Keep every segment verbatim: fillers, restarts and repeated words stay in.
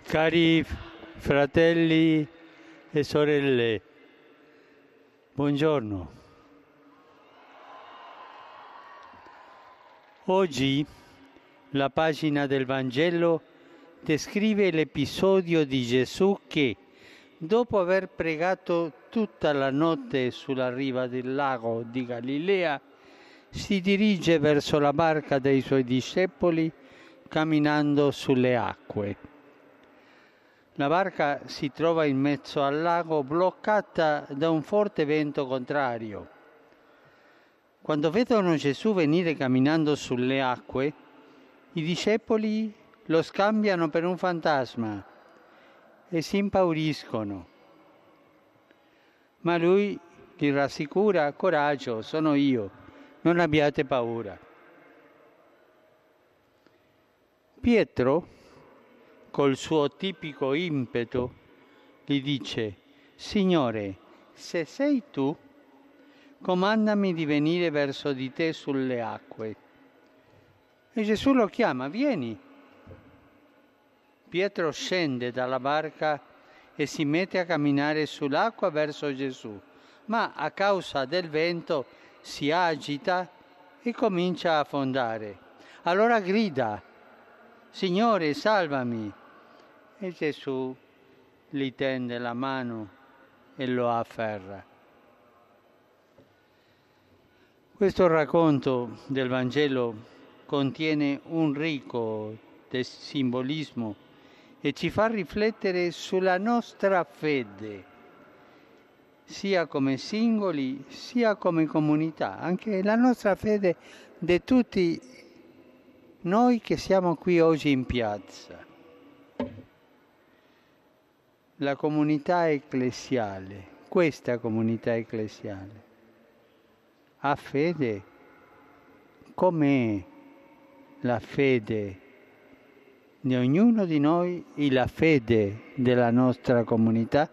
Cari fratelli e sorelle, buongiorno. Oggi la pagina del Vangelo descrive l'episodio di Gesù che, dopo aver pregato tutta la notte sulla riva del lago di Galilea, si dirige verso la barca dei suoi discepoli camminando sulle acque. La barca si trova in mezzo al lago bloccata da un forte vento contrario. Quando vedono Gesù venire camminando sulle acque, i discepoli lo scambiano per un fantasma e si impauriscono. Ma lui li rassicura: coraggio, sono io, non abbiate paura. Pietro, col suo tipico impeto, gli dice: Signore, se sei tu, comandami di venire verso di te sulle acque. E Gesù lo chiama: vieni. Pietro scende dalla barca e si mette a camminare sull'acqua verso Gesù, ma a causa del vento si agita e comincia a affondare. Allora grida: Signore, salvami! E Gesù gli tende la mano e lo afferra. Questo racconto del Vangelo contiene un ricco simbolismo e ci fa riflettere sulla nostra fede, sia come singoli sia come comunità, anche la nostra fede di tutti noi che siamo qui oggi in piazza. La comunità ecclesiale, questa comunità ecclesiale, ha fede? Com'è la fede di ognuno di noi e la fede della nostra comunità?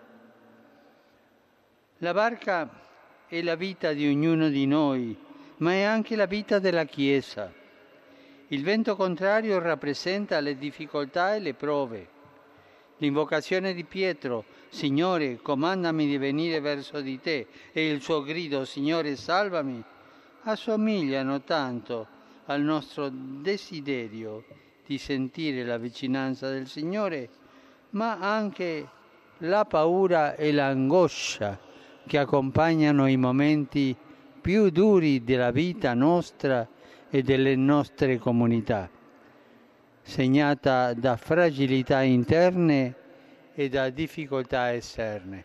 La barca è la vita di ognuno di noi, ma è anche la vita della Chiesa. Il vento contrario rappresenta le difficoltà e le prove. L'invocazione di Pietro, Signore, comandami di venire verso di te, e il suo grido, Signore, salvami, assomigliano tanto al nostro desiderio di sentire la vicinanza del Signore, ma anche la paura e l'angoscia che accompagnano i momenti più duri della vita nostra e delle nostre comunità, segnata da fragilità interne e da difficoltà esterne.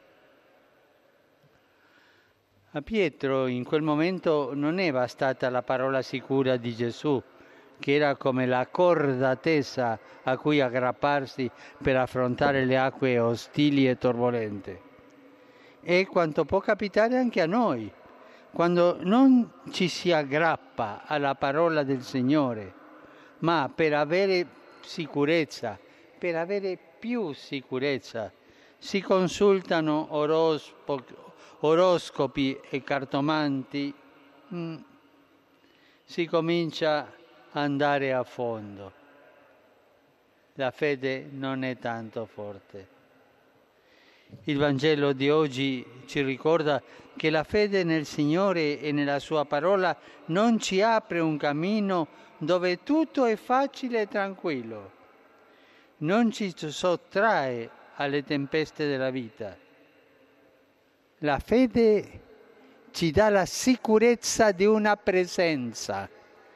A Pietro in quel momento non è bastata la parola sicura di Gesù, che era come la corda tesa a cui aggrapparsi per affrontare le acque ostili e turbolente. È quanto può capitare anche a noi, quando non ci si aggrappa alla parola del Signore, ma per avere sicurezza, per avere più sicurezza, si consultano orospo, oroscopi e cartomanti, mm, si comincia ad andare a fondo. La fede non è tanto forte. Il Vangelo di oggi ci ricorda che la fede nel Signore e nella Sua parola non ci apre un cammino dove tutto è facile e tranquillo, non ci sottrae alle tempeste della vita. La fede ci dà la sicurezza di una presenza,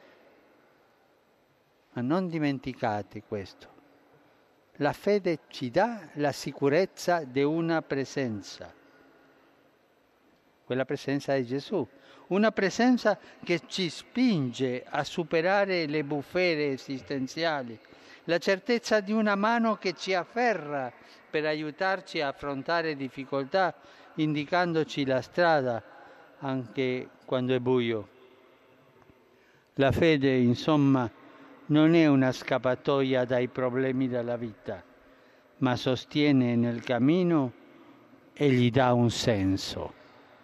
ma non dimenticate questo. La fede ci dà la sicurezza di una presenza. Quella presenza è Gesù. Una presenza che ci spinge a superare le bufere esistenziali. La certezza di una mano che ci afferra per aiutarci a affrontare difficoltà, indicandoci la strada anche quando è buio. La fede, insomma, non è una scappatoia dai problemi della vita, ma sostiene nel cammino e gli dà un senso.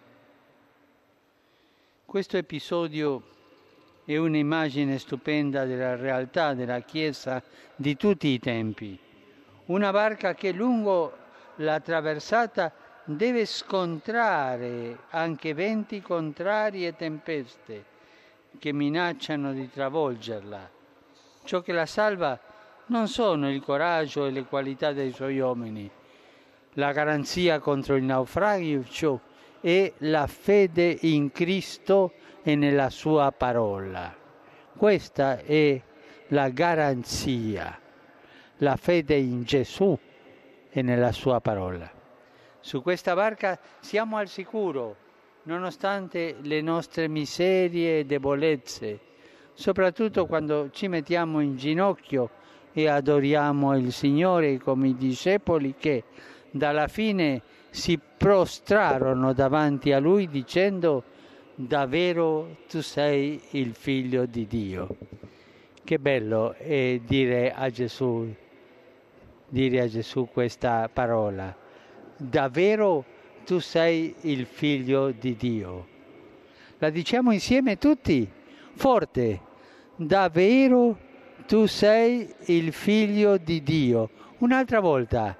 Questo episodio è un'immagine stupenda della realtà della Chiesa di tutti i tempi, Una barca che lungo la traversata deve scontrare anche venti contrari e tempeste che minacciano di travolgerla. Ciò che la salva non sono il coraggio e le qualità dei suoi uomini. La garanzia contro il naufragio è la fede in Cristo e nella sua parola. Questa è la garanzia, la fede in Gesù e nella sua parola. Su questa barca siamo al sicuro, nonostante le nostre miserie e debolezze, soprattutto quando ci mettiamo in ginocchio e adoriamo il Signore come i discepoli che dalla fine si prostrarono davanti a Lui dicendo: davvero tu sei il Figlio di Dio. Che bello è dire a Gesù, dire a Gesù questa parola. Davvero tu sei il Figlio di Dio. La diciamo insieme tutti, forte. Davvero tu sei il Figlio di Dio. Un'altra volta.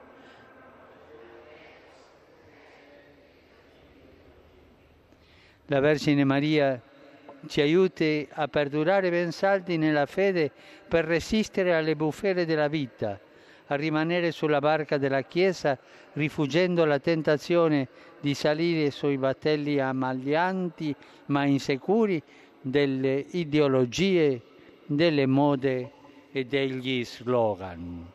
La Vergine Maria ci aiuti a perdurare ben saldi nella fede per resistere alle bufere della vita, a rimanere sulla barca della Chiesa, rifuggendo la tentazione di salire sui battelli ammaglianti ma insicuri delle ideologie, delle mode e degli slogan.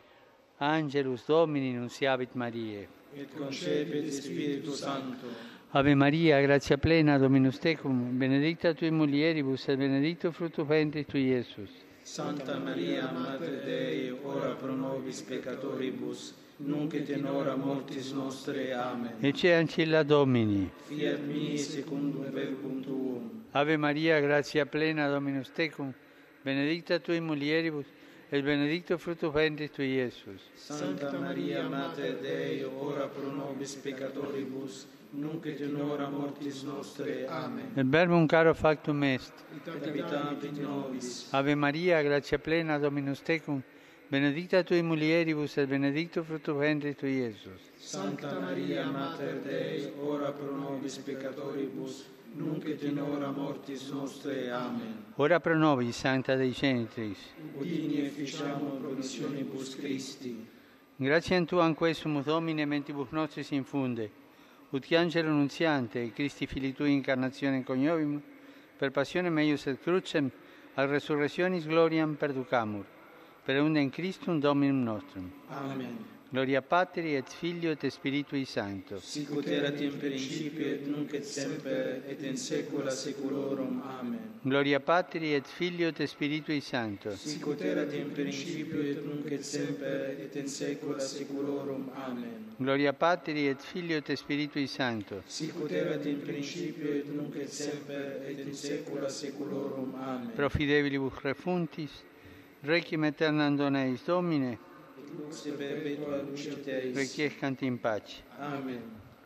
Angelus Domini nunciavit Mariae. Et concepit Spiritu Sancto. Ave Maria, grazia plena, Dominus tecum, benedicta tui mulieribus et benedictus fructus ventris tui, Iesus. Santa Maria, Mater Dei, ora pro nobis peccatoribus, nunc et in hora mortis nostre. Amen. Ecce ancilla Domini. Fiat mi secundum verbum tuum. Ave Maria, grazia plena, Dominus tecum, benedicta tui mulieribus et benedictus fructus ventris tui, Iesus. Santa Maria, Mater Dei, ora pro nobis peccatoribus, nunc et in hora mortis nostre. Amen. Et verbum caro factum est. Et habitant in nobis. Ave Maria, grazia plena, Dominus tecum, benedicta tui mulieribus et benedictus fructus ventris tui, Iesus. Santa Maria, Mater Dei, ora pro nobis peccatoribus, nunc et in hora mortis nostre. Amen. Ora pro nobis, Sancta Dei Genitris. Udini e ficiamo promissionibus Christi. Gratiam Tuam quesumus Domine mentibus nostris infunde, ut angelo nunziante, Christi Filii Tui incarnazione coniovimus, per passione meius et crucem, ad resurrectionis gloriam perducamur, per undem Christum Dominum nostrum. Amen. Gloria Patri et Filio et Spiritui Sancto. Sicut erat in principio et nunc et semper et in saecula saeculorum. Amen. Gloria Patri et Filio et Spiritui Sancto. Sicut erat in principio et nunc et semper et in saecula saeculorum. Amen. Gloria Patri et Filio et Spiritui Sancto. Sicut erat in principio et nunc et semper et in saecula saeculorum. Amen. Pro fidelibus refuntis, requiem aeternam dona eis Domine, Lux et perpetua lucet eis. requiescant in pace. Amen.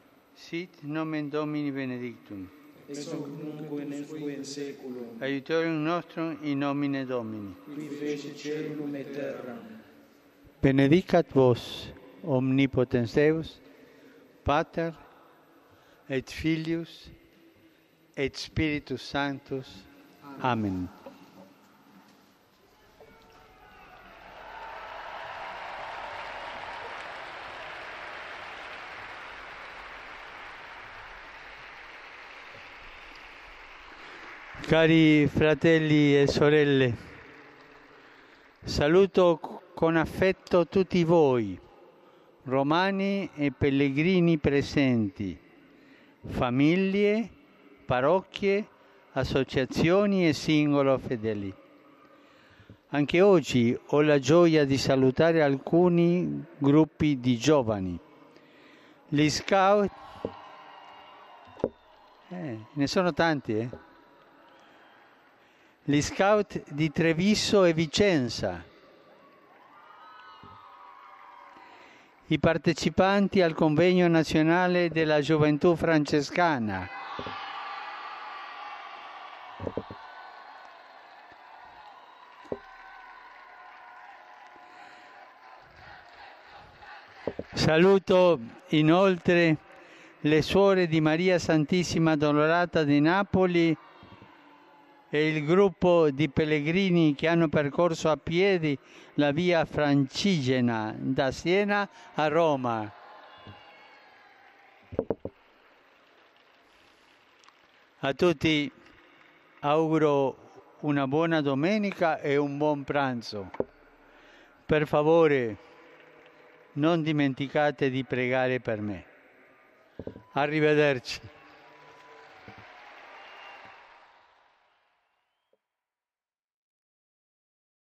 Sit nomen Domini benedictum. Ex hoc nunc et neque in saeculum. Aiutorium nostrum in nomine Domini. Qui fecit caelum et terram. Benedicat vos, omnipotens Deus, Pater et Filius et Spiritus Sanctus. Amen. Cari fratelli e sorelle, saluto con affetto tutti voi, romani e pellegrini presenti, famiglie, parrocchie, associazioni e singoli fedeli. Anche oggi ho la gioia di salutare alcuni gruppi di giovani. Gli scout, eh, ne sono tanti, eh? Gli scout di Treviso e Vicenza, i partecipanti al convegno nazionale della gioventù francescana, Saluto inoltre le suore di Maria Santissima Addolorata di Napoli e il gruppo di pellegrini che hanno percorso a piedi la via Francigena da Siena a Roma. A tutti auguro una buona domenica e un buon pranzo. Per favore, non dimenticate di pregare per me. Arrivederci.